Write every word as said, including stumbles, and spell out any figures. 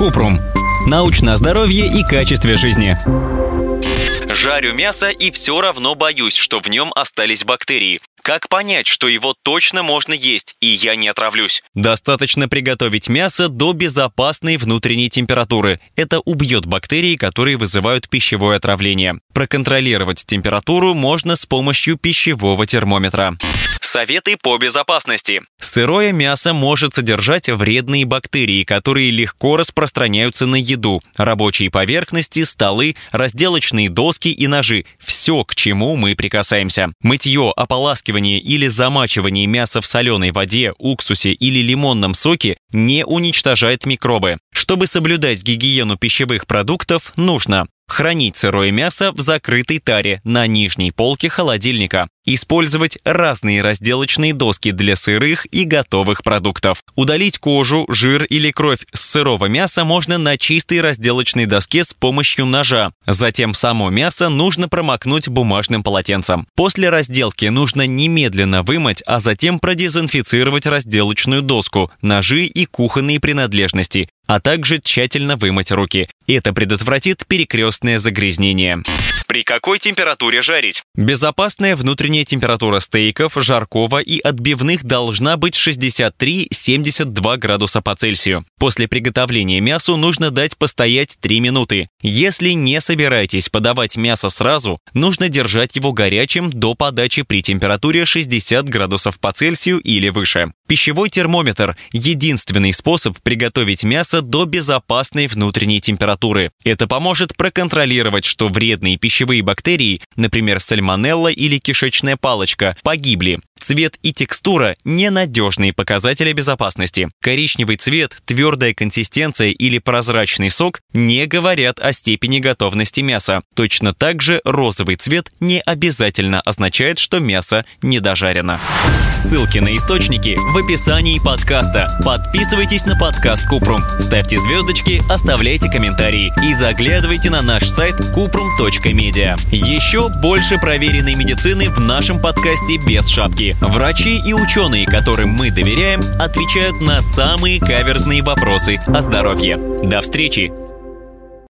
Купрум. Научное здоровье и качестве жизни. Жарю мясо и все равно боюсь, что в нем остались бактерии. Как понять, что его точно можно есть, и я не отравлюсь? Достаточно приготовить мясо до безопасной внутренней температуры. Это убьет бактерии, которые вызывают пищевое отравление. Проконтролировать температуру можно с помощью пищевого термометра. Советы по безопасности. Сырое мясо может содержать вредные бактерии, которые легко распространяются на еду. Рабочие поверхности, столы, разделочные доски и ножи – все, к чему мы прикасаемся. Мытье, ополаскивание или замачивание мяса в соленой воде, уксусе или лимонном соке не уничтожает микробы. Чтобы соблюдать гигиену пищевых продуктов, нужно хранить сырое мясо в закрытой таре на нижней полке холодильника. Использовать разные разделочные доски для сырых и готовых продуктов. Удалить кожу, жир или кровь с сырого мяса можно на чистой разделочной доске с помощью ножа. Затем само мясо нужно промокнуть бумажным полотенцем. После разделки нужно немедленно вымыть, а затем продезинфицировать разделочную доску, ножи и кухонные принадлежности, а также тщательно вымыть руки. Это предотвратит перекрестное загрязнение. При какой температуре жарить? Безопасная внутренняя температура стейков, жаркого и отбивных должна быть шестьдесят три - семьдесят два градуса по Цельсию. После приготовления мясу нужно дать постоять три минуты. Если не собираетесь подавать мясо сразу, нужно держать его горячим до подачи при температуре шестьдесят градусов по Цельсию или выше. Пищевой термометр – единственный способ приготовить мясо до безопасной внутренней температуры. Это поможет проконтролировать, что вредные пищевые бактерии, например, сальмонелла или кишечная палочка, погибли. Цвет и текстура – ненадежные показатели безопасности. Коричневый цвет, твердая консистенция или прозрачный сок не говорят о степени готовности мяса. Точно так же розовый цвет не обязательно означает, что мясо недожарено. Ссылки на источники в описании подкаста. Подписывайтесь на подкаст Купрум, ставьте звездочки, оставляйте комментарии и заглядывайте на наш сайт купрум точка медиа. Еще больше проверенной медицины в нашем подкасте без шапки. Врачи и ученые, которым мы доверяем, отвечают на самые каверзные вопросы о здоровье. До встречи!